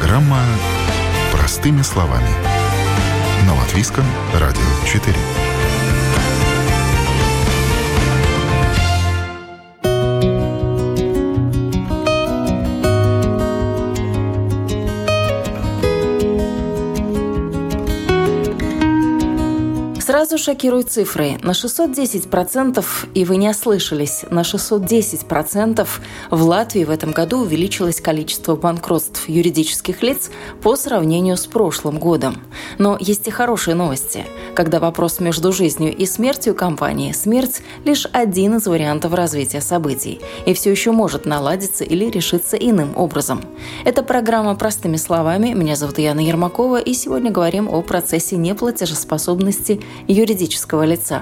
Программа «Простыми словами» на Латвийском радио 4. Сразу шокируют цифры. На 610%, и вы не ослышались, на 610% в Латвии в этом году увеличилось количество банкротств юридических лиц по сравнению с прошлым годом. Но есть и хорошие новости. Когда вопрос между жизнью и смертью компании, смерть – лишь один из вариантов развития событий и все еще может наладиться или решиться иным образом. Это программа «Простыми словами». Меня зовут Яна Ермакова, и сегодня говорим о процессе неплатежеспособности юридического лица.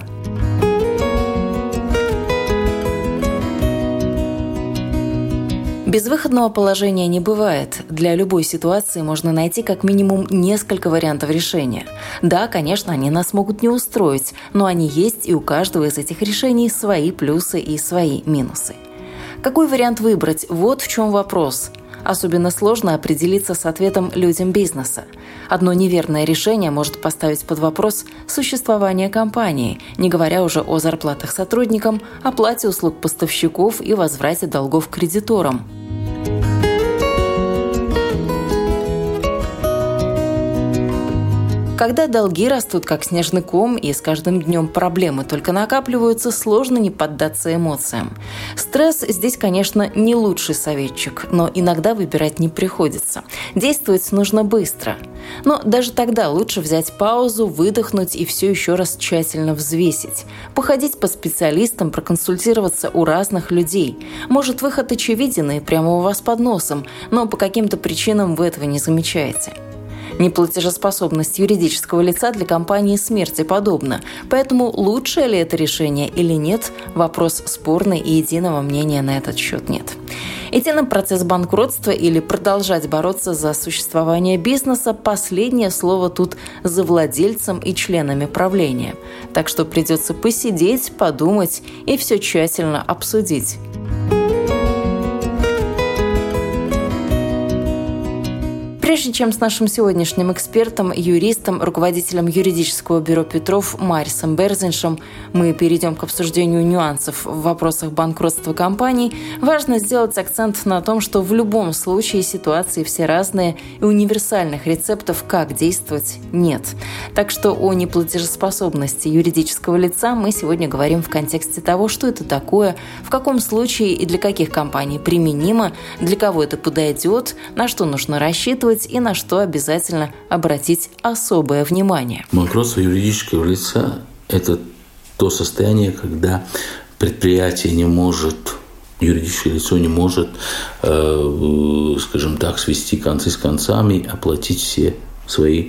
Безвыходного положения не бывает. Для любой ситуации можно найти как минимум несколько вариантов решения. Да, конечно, они нас могут не устроить, но они есть, и у каждого из этих решений свои плюсы и свои минусы. Какой вариант выбрать? Вот в чем вопрос. Особенно сложно определиться с ответом людям бизнеса. Одно неверное решение может поставить под вопрос существование компании, не говоря уже о зарплатах сотрудникам, оплате услуг поставщиков и возврате долгов кредиторам. Когда долги растут как снежный ком и с каждым днем проблемы только накапливаются, сложно не поддаться эмоциям. Стресс здесь, конечно, не лучший советчик, но иногда выбирать не приходится. Действовать нужно быстро. Но даже тогда лучше взять паузу, выдохнуть и все еще раз тщательно взвесить. Походить по специалистам, проконсультироваться у разных людей. Может, выход очевиден и прямо у вас под носом, но по каким-то причинам вы этого не замечаете. Неплатежеспособность юридического лица для компании смерти подобна, поэтому лучшее ли это решение или нет – вопрос спорный, и единого мнения на этот счет нет. Идти на процесс банкротства или продолжать бороться за существование бизнеса – последнее слово тут за владельцем и членами правления. Так что придется посидеть, подумать и все тщательно обсудить. Прежде чем с нашим сегодняшним экспертом, юристом, руководителем юридического бюро Петров Марисом Берзиншем мы перейдем к обсуждению нюансов в вопросах банкротства компаний, важно сделать акцент на том, что в любом случае ситуации все разные и универсальных рецептов, как действовать, нет. Так что о неплатежеспособности юридического лица мы сегодня говорим в контексте того, что это такое, в каком случае и для каких компаний применимо, для кого это подойдет, на что нужно рассчитывать и на что обязательно обратить особое внимание. Банкротство юридического лица – это то состояние, когда предприятие не может, юридическое лицо не может, скажем так, свести концы с концами, оплатить все свои,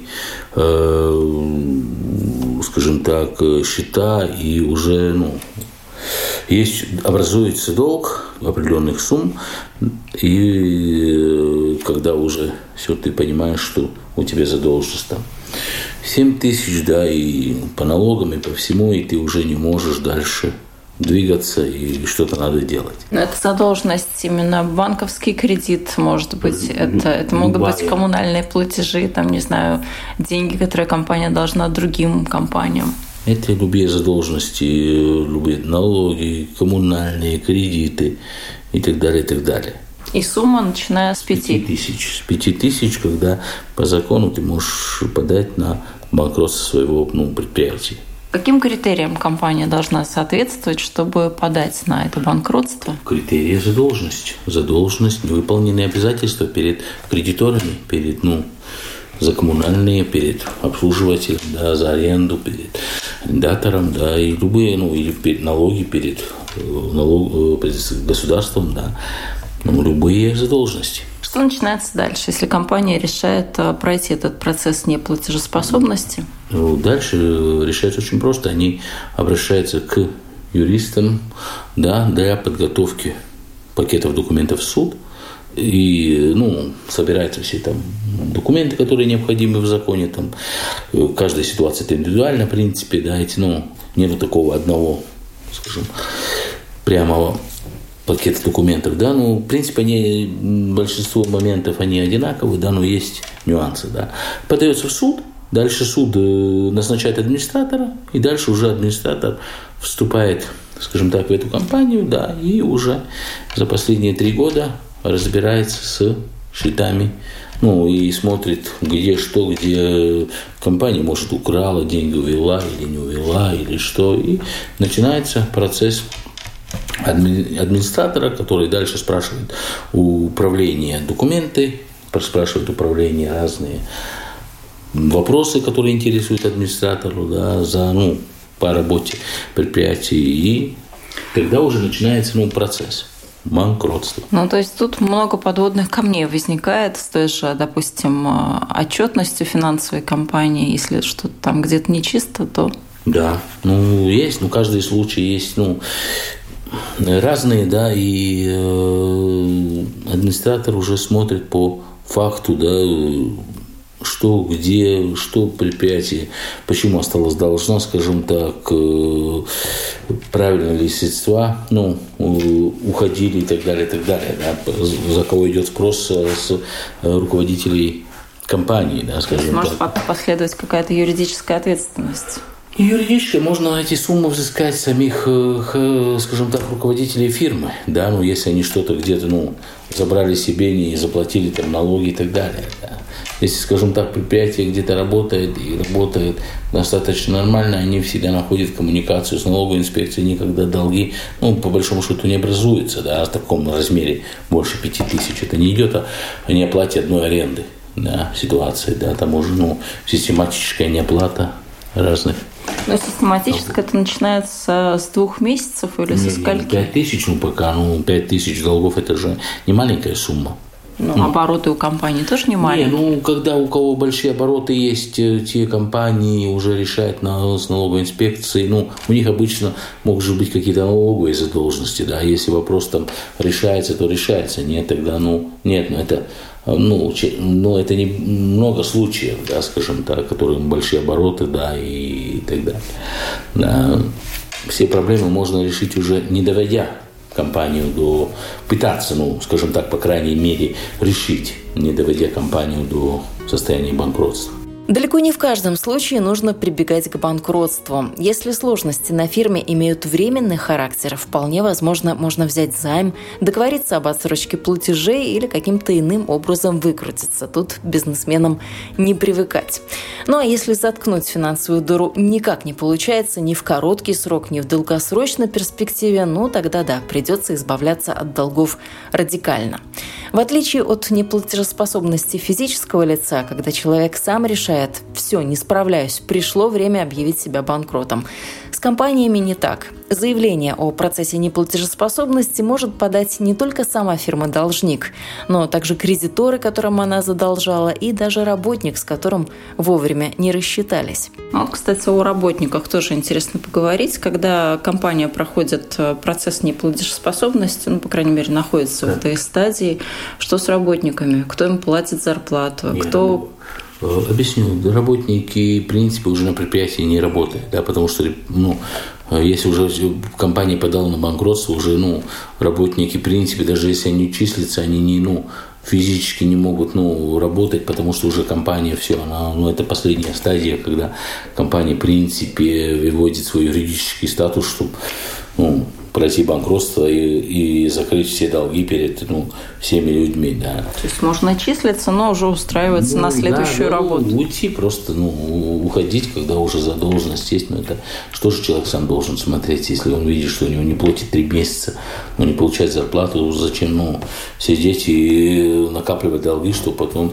скажем так, счета, и уже, образуется долг определенных сумм, и когда уже все, ты понимаешь, что у тебя задолженность там 7 тысяч, да, и по налогам, и по всему, и ты уже не можешь дальше двигаться, и что-то надо делать. Это задолженность именно банковский кредит, может быть, это могут быть коммунальные платежи, там, не знаю, деньги, которые компания должна другим компаниям. Это любые задолженности, любые налоги, коммунальные, кредиты и так далее, и так далее. И сумма, начиная с 5 тысяч. С 5 тысяч, когда по закону ты можешь подать на банкротство своего предприятия. Каким критериям компания должна соответствовать, чтобы подать на это банкротство? Критерии задолженности. Задолженность, невыполненные обязательства перед кредиторами, перед, за коммунальные, перед обслуживателем, да, за аренду, перед арендатором, да, и любые, или налоги перед государством, да, любые задолженности. Что начинается дальше, если компания решает пройти этот процесс неплатежеспособности? Дальше решается очень просто. Они обращаются к юристам, да, для подготовки пакетов документов в суд. И, собираются все там документы, которые необходимы в законе. Там, каждая ситуация это индивидуально, в принципе, да, нету такого одного, скажем, прямого пакета документов, да, ну, в принципе, большинство моментов, они одинаковые, да, но есть нюансы, да. Подается в суд, дальше суд назначает администратора, и дальше уже администратор вступает, скажем так, в эту компанию, да, и уже за последние 3 года разбирается с счетами, ну, и смотрит, где что, где компания, может, украла, деньги увела или не увела, или что, и начинается процесс администратора, который дальше спрашивает у управления документы, спрашивает управление разные вопросы, которые интересуют администратору, да, по работе предприятия, и тогда уже начинается процесс банкротства. То есть тут много подводных камней возникает с той же, допустим, отчетностью финансовой компании. Если что-то там где-то нечисто, то... Да, есть, каждый случай есть, разные, да, и администратор уже смотрит по факту, да, что, где, что предприятие, почему осталось должно, скажем так, правильно ли средства, уходили и так далее, да, за кого идет спрос с руководителей компании, да, скажем так. Может последовать какая-то юридическая ответственность? Юридически можно эти суммы взыскать самих, скажем так, руководителей фирмы, да, если они что-то где-то, забрали себе, не заплатили там налоги и так далее, да. Если, скажем так, предприятие где-то работает достаточно нормально, они всегда находят коммуникацию с налоговой инспекцией, никогда долги, по большому счету, не образуются, да, в таком размере больше 5000. Это не идет о неоплате одной аренды, да, ситуации, да, там уже, систематическая неоплата разных. Но систематически это начинается с 2 месяцев или со скольки? 5000, пока, 5000 долгов, это же не маленькая сумма. Обороты у компании тоже не маленькие? Когда у кого большие обороты есть, те компании уже решают с налоговой инспекцией. У них обычно могут же быть какие-то налоговые задолженности, да. Если вопрос там решается, то решается. Нет, тогда, нет, это... это не много случаев, да, скажем так, которые большие обороты, да, и так далее. Да. Все проблемы можно решить уже не доводя компанию до... Пытаться, скажем так, по крайней мере, решить, не доводя компанию до состояния банкротства. Далеко не в каждом случае нужно прибегать к банкротству. Если сложности на фирме имеют временный характер, вполне возможно, можно взять займ, договориться об отсрочке платежей или каким-то иным образом выкрутиться. Тут бизнесменам не привыкать. А если заткнуть финансовую дыру никак не получается ни в короткий срок, ни в долгосрочной перспективе, тогда да, придется избавляться от долгов радикально. В отличие от неплатежеспособности физического лица, когда человек сам решает: все, не справляюсь, пришло время объявить себя банкротом. С компаниями не так. Заявление о процессе неплатежеспособности может подать не только сама фирма-должник, но также кредиторы, которым она задолжала, и даже работник, с которым вовремя не рассчитались. Кстати, о работниках тоже интересно поговорить. Когда компания проходит процесс неплатежеспособности, по крайней мере, находится в этой стадии, что с работниками? Кто им платит зарплату? Объясню. Работники, в принципе, уже на предприятии не работают, да, потому что, если уже компания подала на банкротство, уже, работники, в принципе, даже если они числятся, они не, физически не могут, работать, потому что уже компания все, это последняя стадия, когда компания, в принципе, выводит свой юридический статус, чтобы, пройти банкротство и закрыть все долги перед всеми людьми. Да. То есть можно числиться, но уже устраиваться на следующую работу. Уйти просто, уходить, когда уже задолженность есть. Это что же человек сам должен смотреть, если он видит, что у него не платит 3 месяца, не получает зарплату, зачем сидеть и накапливать долги, чтобы потом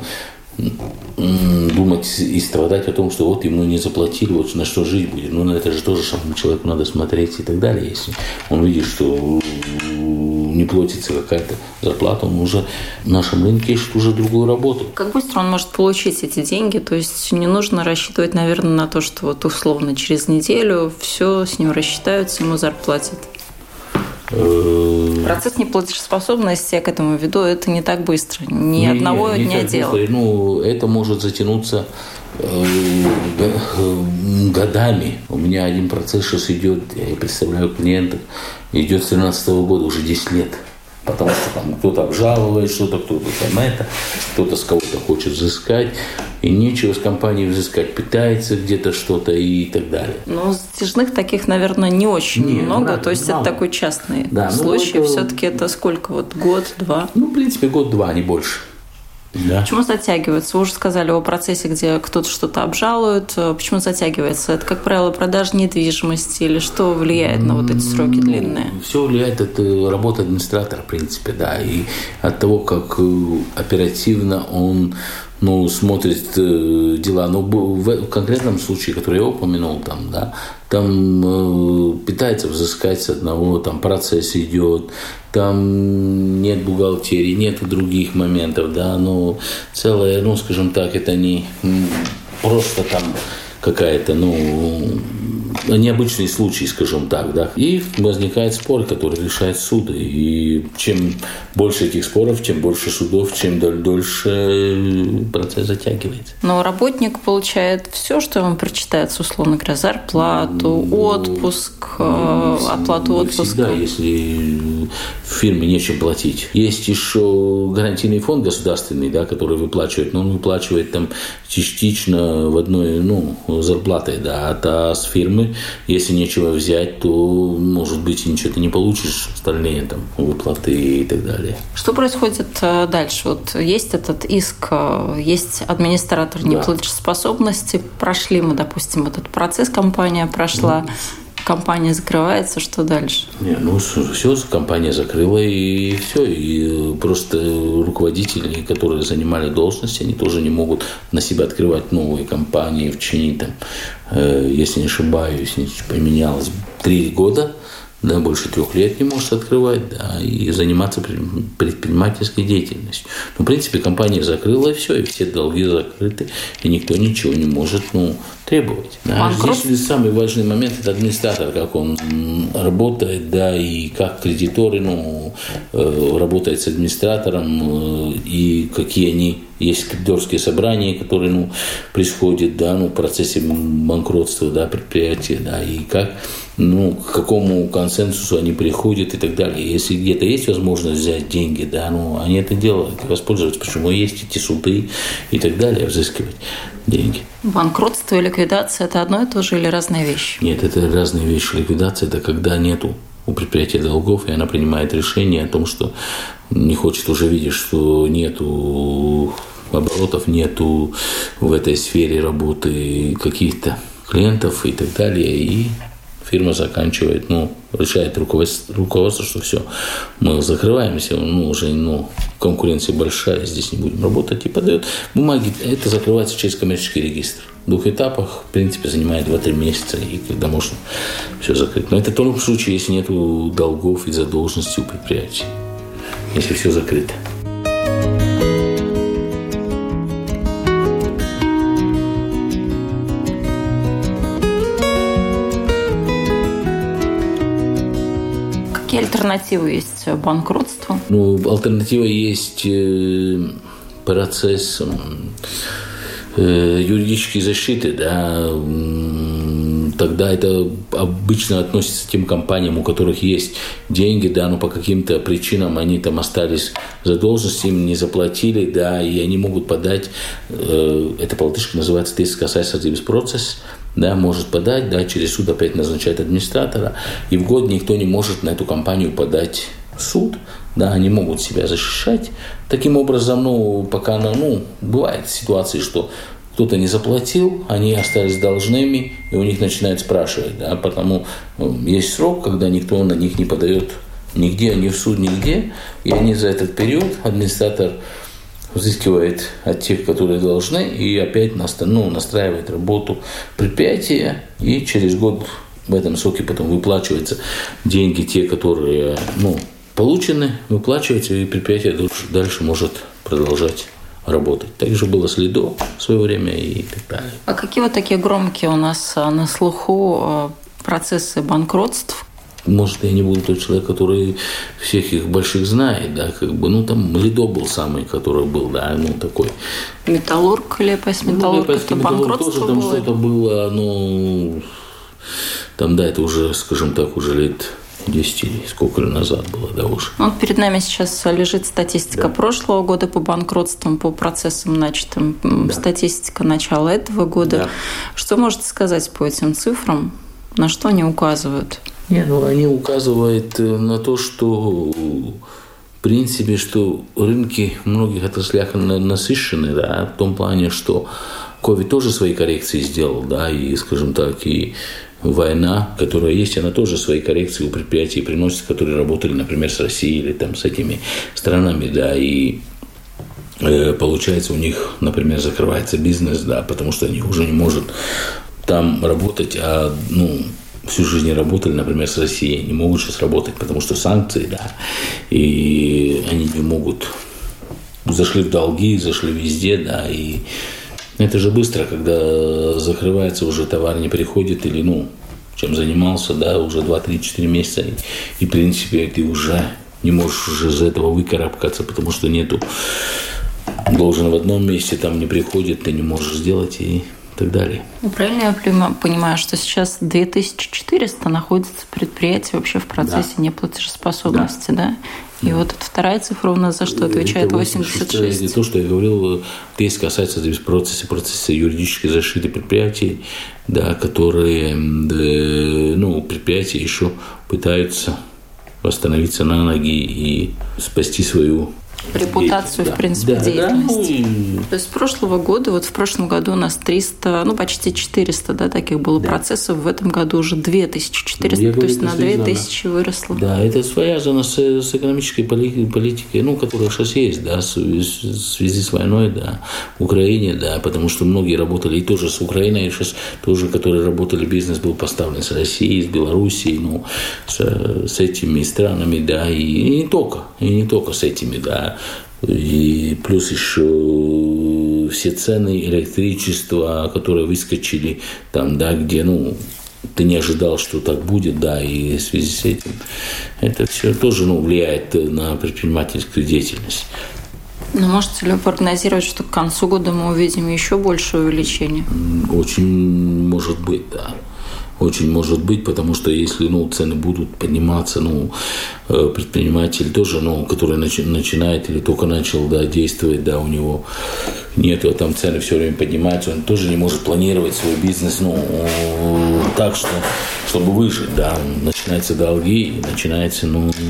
думать и страдать о том, что вот ему не заплатили, вот на что жить будет. Это же тоже человеку надо смотреть и так далее. Если он видит, что не платится какая-то зарплата, он уже в нашем рынке ищет уже другую работу. Как быстро он может получить эти деньги? То есть не нужно рассчитывать, наверное, на то, что условно через неделю все с ним рассчитаются, ему зарплатят. Процесс неплатежеспособности, я к этому веду, это не так быстро, ни одного дня дела. Это может затянуться годами. У меня один процесс сейчас идет, я представляю клиентов, идет с 2013 года, уже 10 лет. Потому что там кто-то обжалует что-то, кто-то там это, кто-то с кого-то хочет взыскать, и нечего с компанией взыскать, пытается где-то что-то и так далее. Но затяжных таких, наверное, не очень много, то есть мало. Это такой частный случай. Все-таки это сколько? Год-два? В принципе, год-два, не больше. Да. Почему затягивается? Вы уже сказали о процессе, где кто-то что-то обжалует. Почему затягивается? Это, как правило, продажа недвижимости или что влияет на эти сроки длинные? Все влияет от работы администратора, в принципе, да, и от того, как оперативно он смотрит дела. Но в конкретном случае, который я упомянул, там пытается взыскать с одного, там процесс идет, там нет бухгалтерии, нет других моментов, да, но целое, скажем так, это не просто там какая-то, необычный случай, скажем так, да. И возникает спор, который решает суд. И чем больше этих споров, чем больше судов, чем дольше процесс затягивается. Но работник получает все, что ему прочитается, условно говоря, зарплату, отпуск, оплату отпуска. Всегда, если в фирме нечем платить. Есть еще гарантийный фонд государственный, да, который выплачивает, но он выплачивает там частично в одной, зарплатой, да, а с фирмы, если нечего взять, то, может быть, ничего ты не получишь, остальные там выплаты и так далее. Что происходит дальше? Есть этот иск, есть администратор неплатежеспособности. Прошли мы, допустим, этот процесс, компания прошла. Компания закрывается, что дальше? Все, компания закрыла, и все. И просто руководители, которые занимали должности, они тоже не могут на себя открывать новые компании в течение, если не ошибаюсь, поменялось 3 года, да, больше 3 лет не может открывать, да, и заниматься предпринимательской деятельностью. В принципе, компания закрыла, и все, и все долги закрыты, и никто ничего не может, требовать. Да. Здесь самый важный момент – это администратор, как он работает, да, и как кредиторы, работает с администратором, и какие есть кредиторские собрания, которые, происходят, да, в процессе банкротства, да, предприятия, да, и как, к какому консенсусу они приходят и так далее. Если где-то есть возможность взять деньги, да, они это делают, воспользоваться, почему есть эти суды и так далее, взыскивать деньги. Банкротство и ликвидация – это одно и то же или разные вещи? Нет, это разные вещи. Ликвидация – это когда нету у предприятия долгов, и она принимает решение о том, что не хочет уже видеть, что нету оборотов, нету в этой сфере работы каких-то клиентов и так далее, и фирма заканчивает, решает руководство, что все, мы закрываемся, уже конкуренция большая, здесь не будем работать, и подает бумаги. Это закрывается через коммерческий регистр. В 2 этапах, в принципе, занимает 2-3 месяца, и когда можно все закрыть. Но это в том случае, если нет долгов и задолженностей у предприятия, если все закрыто. Какие альтернативы есть банкротству? Альтернатива есть процесс юридической защиты, да. Тогда это обычно относится к тем компаниям, у которых есть деньги, да, но по каким-то причинам они там остались в задолженности, им не заплатили, да, и они могут подать, это по-латышски называется «tiesiskās aizsardzības process», да, может подать, да, через суд опять назначает администратора, и в год никто не может на эту компанию подать в суд, да, они могут себя защищать. Таким образом, пока бывают ситуации, что кто-то не заплатил, они остались должными, и у них начинают спрашивать, да, потому есть срок, когда никто на них не подает нигде, ни в суд, нигде, и они за этот период, администратор взыскивает от тех, которые должны, и опять настраивает работу предприятия, и через год в этом сроке потом выплачиваются деньги, те, которые получены, выплачиваются, и предприятие дальше может продолжать работать. Так же было с Лидо в свое время и так далее. А какие такие громкие у нас на слуху процессы банкротств? может, я не буду тот человек, который всех их больших знает, да, как бы, там Лидо был самый, который был, да, такой. Металлург, Лепойс Металлург, это банкротство тоже там было? Что-то было, там, да, это уже, скажем так, уже лет 10 или сколько назад было, да, уже. Перед нами сейчас лежит статистика прошлого года по банкротствам, по процессам начатым, статистика начала этого года. Да. Что можете сказать по этим цифрам? На что они указывают? Они указывают на то, что в принципе, что рынки в многих отраслях насыщены, да, в том плане, что COVID тоже свои коррекции сделал, да, и, скажем так, и война, которая есть, она тоже свои коррекции у предприятий приносит, которые работали, например, с Россией или там с этими странами, да, и получается у них, например, закрывается бизнес, да, потому что они уже не могут там работать, всю жизнь работали, например, с Россией, не могут сейчас работать, потому что санкции, да, и они не могут, зашли в долги, зашли везде, да, и это же быстро, когда закрывается, уже товар не приходит, или, чем занимался, да, уже 2-3-4 месяца, и в принципе, ты уже не можешь уже из этого выкарабкаться, потому что нету, должен в одном месте, там не приходит, ты не можешь сделать, и так далее. Правильно я понимаю, что сейчас 2400 находится предприятие вообще в процессе неплатежеспособности, да? И вот эта вторая цифра у нас за что отвечает? 86. Это то, что я говорил, здесь касается процесса юридически защиты предприятий, да, которые, предприятия еще пытаются восстановиться на ноги и спасти свою репутацию, в принципе, деятельности. То есть с прошлого года, в прошлом году у нас 300, почти 400, да, таких было процессов, в этом году уже 2400, то есть на 2000 выросло. Да, это связано с экономической политикой, которая сейчас есть, да, в связи с войной, да, в Украине, да, потому что многие работали и тоже с Украиной, и сейчас тоже, которые работали, бизнес был поставлен с Россией, с Белоруссией, с этими странами, да, и не только с этими, да. И плюс еще все цены электричества, которые выскочили там, да, где, ты не ожидал, что так будет, да, и в связи с этим это все тоже, влияет на предпринимательскую деятельность. Можете ли вы прогнозировать, что к концу года мы увидим еще большее увеличение? Очень может быть, да. Очень может быть, потому что если цены будут подниматься, предприниматель тоже, который начинает или только начал, да, действовать, да, у него нету, там цены все время поднимаются, он тоже не может планировать свой бизнес, так, чтобы выжить, да, начинаются долги, начинается,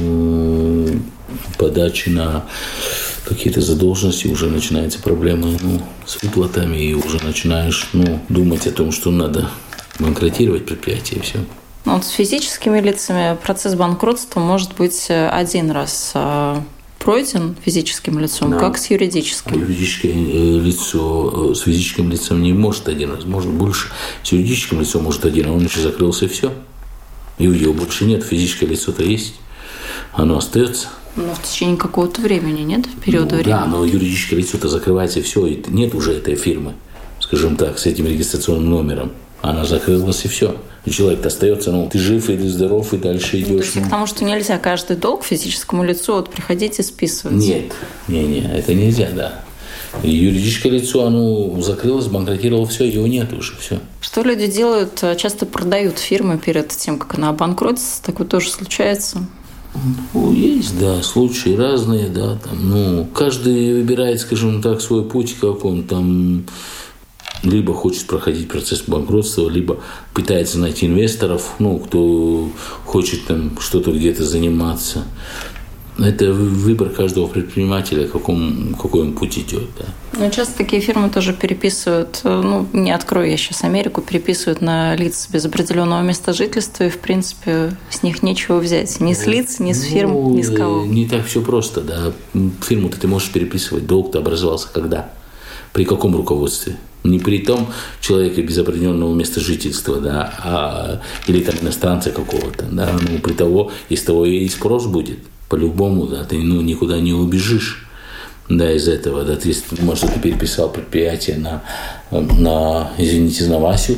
подача на какие-то задолженности, уже начинаются проблемы, с выплатами, и уже начинаешь, думать о том, что надо банкротировать предприятие, и все. С физическими лицами процесс банкротства может быть один раз пройден физическим лицом, как с юридическим. Юридическое лицо с физическим лицом не может один раз, может больше. С юридическим лицом может один, а он еще закрылся, и все. И его больше нет, физическое лицо-то есть, оно остается. В течение какого-то времени, нет? Периода времени. Да, но юридическое лицо-то закрывается, и все, и нет уже этой фирмы, скажем так, с этим регистрационным номером. Она закрылась, и все. И человек-то остается, ты жив или здоров, и дальше идешь. То есть потому что нельзя каждый долг физическому лицу приходить и списывать. Нет, это нельзя, да. И юридическое лицо, оно закрылось, банкротировало, все, его нет уже, все. Что люди делают? Часто продают фирмы перед тем, как она обанкротится. Такое тоже случается. Есть, да, случаи разные, да. Каждый выбирает, скажем так, свой путь, как он там либо хочет проходить процесс банкротства, либо пытается найти инвесторов, кто хочет там что-то где-то заниматься. Это выбор каждого предпринимателя, какой он путь идет. Да. Часто такие фирмы тоже переписывают, не открою я сейчас Америку, переписывают на лиц без определенного места жительства, и, в принципе, с них нечего взять. Ни с лиц, ни с фирм, ни с кого. Не так все просто, да. Фирму-то ты можешь переписывать, долг-то образовался когда? При каком руководстве? Не при том человеке без определенного места жительства, да, или там иностранца какого-то, да, при того, из того и спрос будет, по-любому, да, ты никуда не убежишь, да, из этого, да, ты, может, ты переписал предприятие на Васю,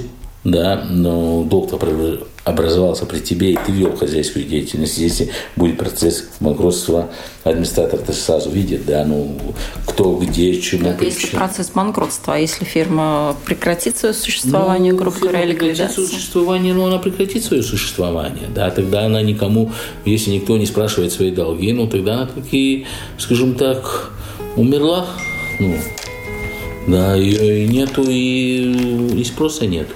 да, но долг образовался при тебе, и ты вел хозяйскую деятельность. Если будет процесс банкротства, администратор-то сразу видит, да, ну, кто, где, чему. Это если процесс банкротства, а если фирма прекратит свое существование, грубо говоря, ликвидация? Свое существование, но она прекратит свое существование, да, тогда она никому, если никто не спрашивает свои долги, ну, тогда она таки, скажем так, умерла, ну, да, ее и нету, и спроса нету.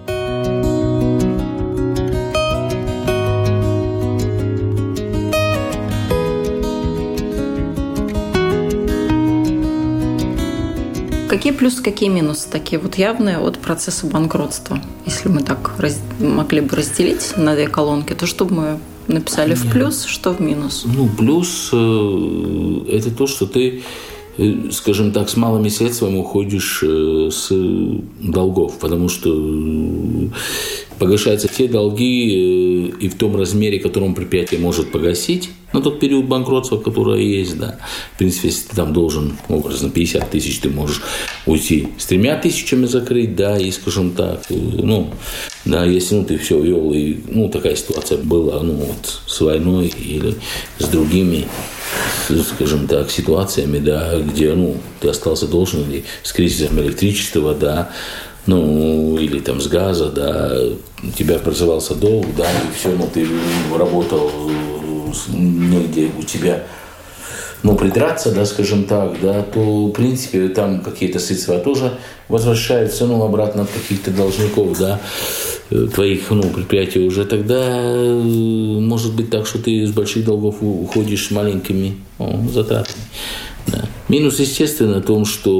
Какие плюсы, какие минусы такие вот явные от процесса банкротства? Если мы так могли бы разделить на две колонки, то что бы мы написали в плюс, что в минус? Ну, плюс это то, что ты, скажем так, с малыми средствами уходишь с долгов, потому что погашаются те долги и в том размере, которым предприятие может погасить на тот период банкротства, которое есть, да. В принципе, если ты там должен, образно, 50 тысяч, ты можешь уйти с 3 тысячами закрыть, да, и, скажем так, ну, да, если, ты все вел, и, такая ситуация была, вот, с войной или с другими, скажем так, ситуациями, да, где, ты остался должен, или с кризисом электричества, да, или там с газа, да, у тебя образовался долг, да, и все, ты работал негде у тебя, придраться, да, скажем так, да, то, в принципе, там какие-то средства тоже возвращаются, обратно от каких-то должников, да, твоих, предприятий уже, тогда может быть так, что ты с больших долгов уходишь с маленькими затратами, да. Минус, естественно, в том,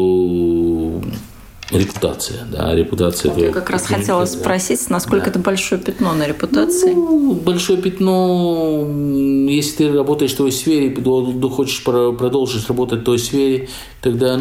что репутация, да, репутация. Я как раз хотела спросить, насколько это большое пятно на репутации? Большое пятно, если ты работаешь в той сфере, хочешь продолжить работать в той сфере, тогда,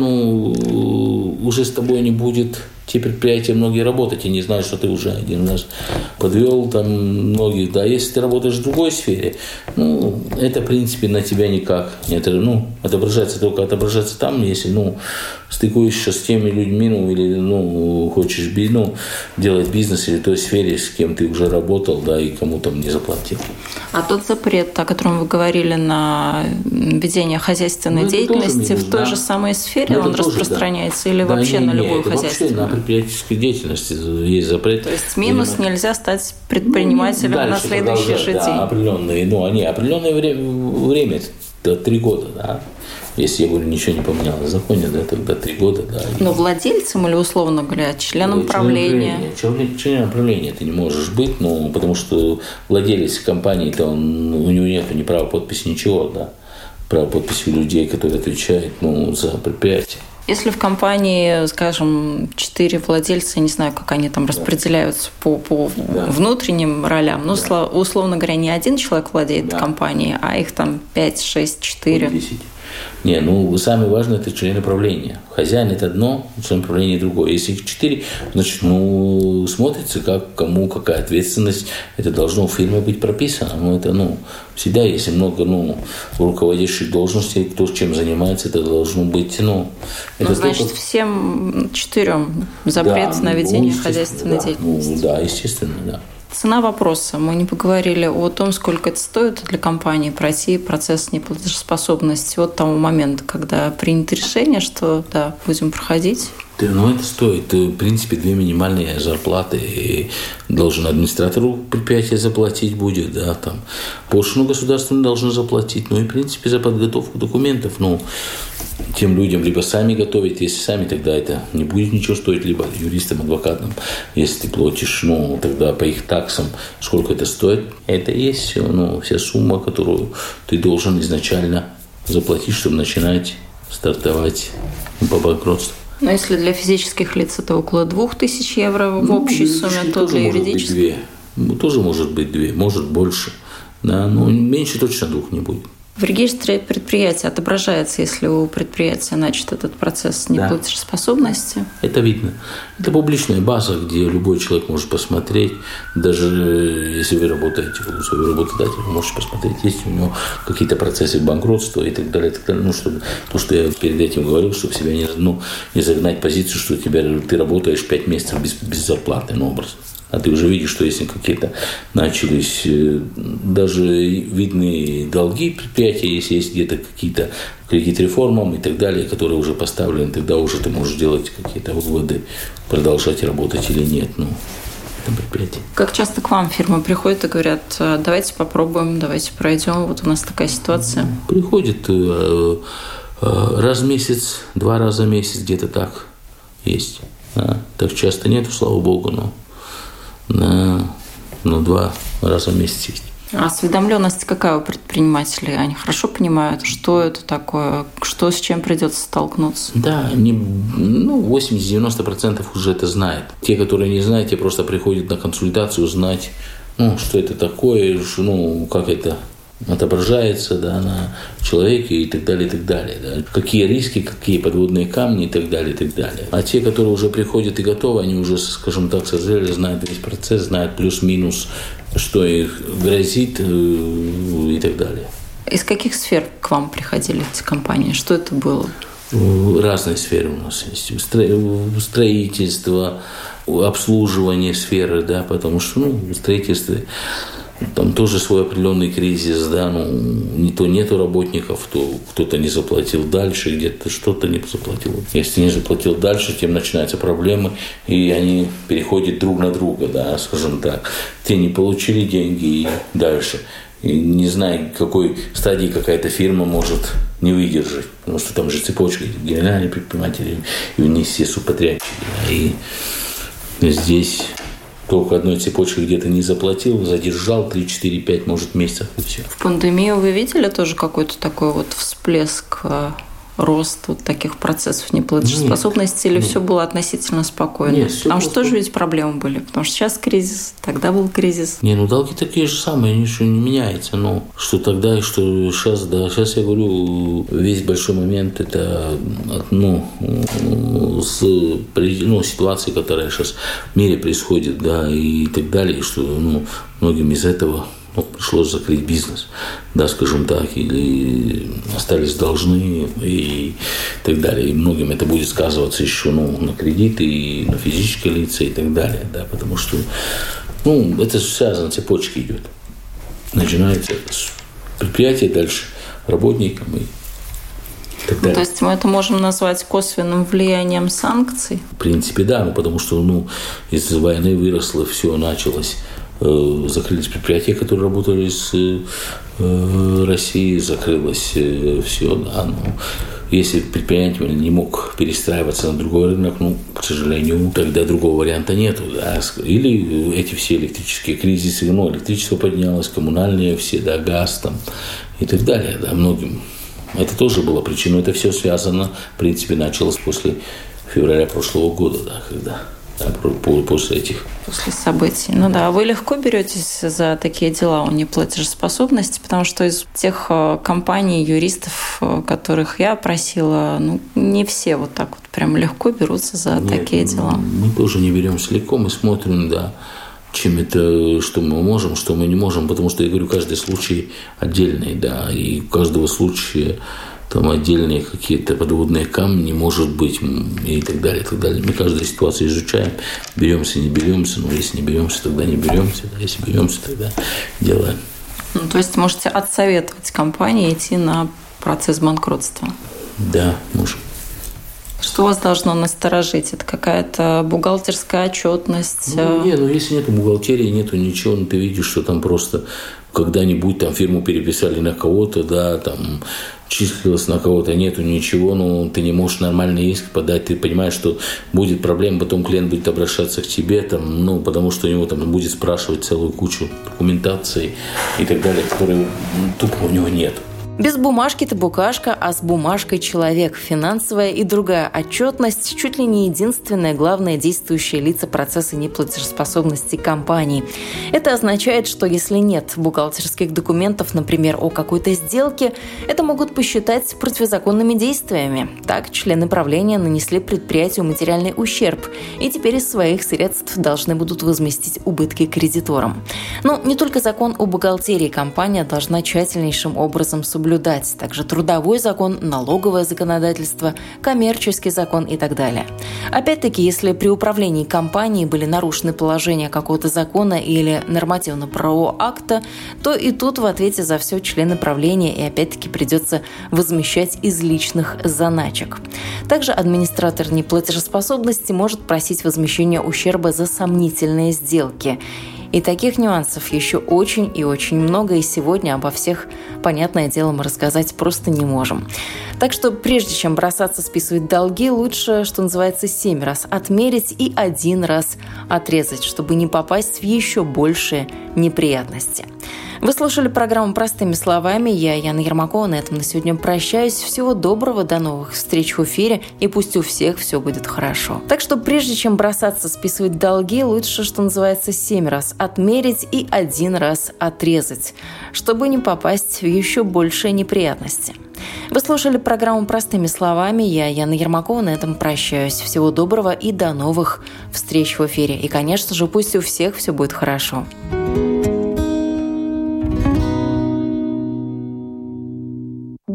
уже с тобой не будет те предприятия многие работать, и не знают, что ты уже один раз подвел там многих, да, если ты работаешь в другой сфере, это, в принципе, на тебя никак не отображается, только отображается там, если, стыкуешься с теми людьми, или, хочешь, делать бизнес или в той сфере, с кем ты уже работал, да, и кому там не заплатил. А тот запрет, о котором вы говорили, на ведение хозяйственной деятельности в той же самой сфере, он распространяется, да. Или да, вообще на любую хозяйственную? Вообще на предпринимательской деятельности есть запрет. То есть минус нельзя стать предпринимателем на следующей жизни. Да, определенные, определенное время, 3 года, да. Если, я говорю, ничего не поменялось в законе, да, тогда 3 года, да. Но владельцем или, условно говоря, членом правления? Членом правления ты не можешь быть, потому что владелец компании, у него нет ни права подписи, ничего, да. Право подписи у людей, которые отвечают, за предприятие. Если в компании, скажем, 4 владельца, не знаю, как они там распределяются по внутренним ролям, условно говоря, не один человек владеет компанией, а их там 5, 6, 4. 10. Не, самое важное – это члены правления. Хозяин – это одно, член правления – другое. Если их 4, значит, смотрится, как, кому, какая ответственность. Это должно в фирме быть прописано. Это, всегда, если много, руководящих должностей, кто чем занимается, это должно быть, это значит, только... всем 4 запрет на ведение хозяйственной деятельности. Да, естественно, да. Цена вопроса. Мы не поговорили о том, сколько это стоит для компании пройти процесс неплатежеспособности от того момента, когда принято решение, что да, будем проходить. Это стоит, в принципе, 2 минимальные зарплаты. И должен администратору предприятия заплатить будет, да, там. Пошлину государственную должны заплатить. И, в принципе, за подготовку документов, тем людям либо сами готовить, если сами, тогда это не будет ничего стоить, либо юристам, адвокатам, если ты платишь, тогда по их таксам, сколько это стоит, это и есть все, вся сумма, которую ты должен изначально заплатить, чтобы начинать стартовать по банкротству. Но если для физических лиц это около 2000 евро в общей сумме, то для юридических? Тоже может быть 2, может больше, да, но меньше точно 2 не будет. В регистре предприятия отображается, если у предприятия начат этот процесс неплатежеспособности? Это видно. Это публичная база, где любой человек может посмотреть. Даже если вы работаете у своего работодателя, вы можете посмотреть, есть у него какие-то процессы банкротства и так далее. Чтобы, то, что я перед этим говорил, чтобы себя не загнать в позицию, что ты работаешь 5 месяцев без зарплаты, образно. А ты уже видишь, что если какие-то начались даже видные долги предприятия, если есть где-то какие-то кредит реформам и так далее, которые уже поставлены, тогда уже ты можешь делать какие-то выводы, продолжать работать или нет. Предприятие. Как часто к вам фирмы приходят и говорят, давайте попробуем, давайте пройдем, вот у нас такая ситуация? Приходит раз в месяц, 2 раза в месяц, где-то так есть. Так часто нету, слава богу, но 2 раза в месяц есть. А осведомленность какая у предпринимателей? Они хорошо понимают, что это такое, что с чем придется столкнуться? Да, 80-90% уже это знают. Те, которые не знают, те просто приходят на консультацию узнать, что это такое, как это отображается на человеке и так далее, и так далее. Да. Какие риски, какие подводные камни и так далее, и так далее. А те, которые уже приходят и готовы, они уже, скажем так, созрели, знают весь процесс, знают плюс-минус, что их грозит и так далее. Из каких сфер к вам приходили эти компании? Что это было? Разные сферы у нас есть. Строительство, обслуживание сферы, да, потому что в строительстве там тоже свой определенный кризис, да, нету работников, то кто-то не заплатил дальше, где-то что-то не заплатил. Если не заплатил дальше, тем начинаются проблемы, и они переходят друг на друга, да, скажем так. Те не получили деньги и дальше. И не знаю, в какой стадии какая-то фирма может не выдержать, потому что там же цепочка генеральных предпринимателей, и у них все субподрядчики, да, и здесь только одной цепочки где-то не заплатил, задержал 3, 4, 5, может, месяцев и все. В пандемию вы видели тоже какой-то такой вот всплеск, рост вот таких процессов неплатежеспособности, или все было относительно спокойно? Нет, потому что тоже ведь проблемы были, потому что сейчас кризис, тогда был кризис. Долги такие же самые, ничего не меняется, что тогда и что сейчас, да, сейчас я говорю, весь большой момент это, ситуации, которая сейчас в мире происходит, да, и так далее, что, многим из этого пришлось закрыть бизнес, да, скажем так, или остались должны и так далее. И многим это будет сказываться еще на кредиты и на физические лица и так далее, да, потому что это связано, цепочка идет. Начинается с предприятия, дальше работникам и так далее. То есть мы это можем назвать косвенным влиянием санкций? В принципе, да, потому что из-за войны выросло, все началось. Закрылись предприятия, которые работали с Россией, закрылось все, да, если предприниматель не мог перестраиваться на другой рынок, к сожалению, тогда другого варианта нету, да, или эти все электрические кризисы, электричество поднялось, коммунальные все, да, газ там и так далее, да, многим. Это тоже было причиной, это все связано, в принципе, началось после февраля прошлого года, да, когда... после этих. После событий. Да, вы легко беретесь за такие дела о неплатежеспособности, потому что из тех компаний, юристов, которых я опросила, не все вот так вот прям легко берутся за такие дела. Мы тоже не беремся легко, мы смотрим, да, чем это, что мы можем, что мы не можем, потому что, я говорю, каждый случай отдельный, да, и у каждого случая там отдельные какие-то подводные камни, может быть, и так далее, и так далее. Мы каждую ситуацию изучаем, беремся, не беремся, если не беремся, тогда не беремся, да, если беремся, тогда делаем. То есть можете отсоветовать компании идти на процесс банкротства? Да, можем. Что вас должно насторожить? Это какая-то бухгалтерская отчетность? Если нет бухгалтерии, нету ничего, ты видишь, что там просто когда-нибудь там фирму переписали на кого-то, да, там числилось на кого-то, нету ничего, ты не можешь нормальный иск подать, ты понимаешь, что будет проблема, потом клиент будет обращаться к тебе, там, потому что у него там будет спрашивать целую кучу документации и так далее, которой тупо у него нет. Без бумажки ты букашка, а с бумажкой человек. Финансовая и другая отчетность – чуть ли не единственное главное действующее лицо процесса неплатежеспособности компании. Это означает, что если нет бухгалтерских документов, например, о какой-то сделке, это могут посчитать противозаконными действиями. Так, члены правления нанесли предприятию материальный ущерб и теперь из своих средств должны будут возместить убытки кредиторам. Но не только закон о бухгалтерии компания должна тщательнейшим образом соблюдать. соблюдать. Также трудовой закон, налоговое законодательство, коммерческий закон и так далее. Опять-таки, если при управлении компанией были нарушены положения какого-то закона или нормативно-правового акта, то и тут в ответе за все члены правления, и опять-таки придется возмещать из личных заначек. Также администратор неплатежеспособности может просить возмещения ущерба за сомнительные сделки. И таких нюансов еще очень и очень много, и сегодня обо всех, понятное дело, мы рассказать просто не можем. Так что прежде чем бросаться списывать долги, лучше, что называется, 7 раз отмерить и 1 раз отрезать, чтобы не попасть в еще большие неприятности. Вы слушали программу «Простыми словами». Я, Яна Ермакова, на этом на сегодня прощаюсь. Всего доброго, до новых встреч в эфире, и пусть у всех все будет хорошо. Так что прежде чем бросаться списывать долги, лучше, что называется, 7 раз отмерить и 1 раз отрезать, чтобы не попасть в еще большие неприятности. Вы слушали программу «Простыми словами». Я, Яна Ермакова, на этом прощаюсь. Всего доброго и до новых встреч в эфире. И, конечно же, пусть у всех все будет хорошо.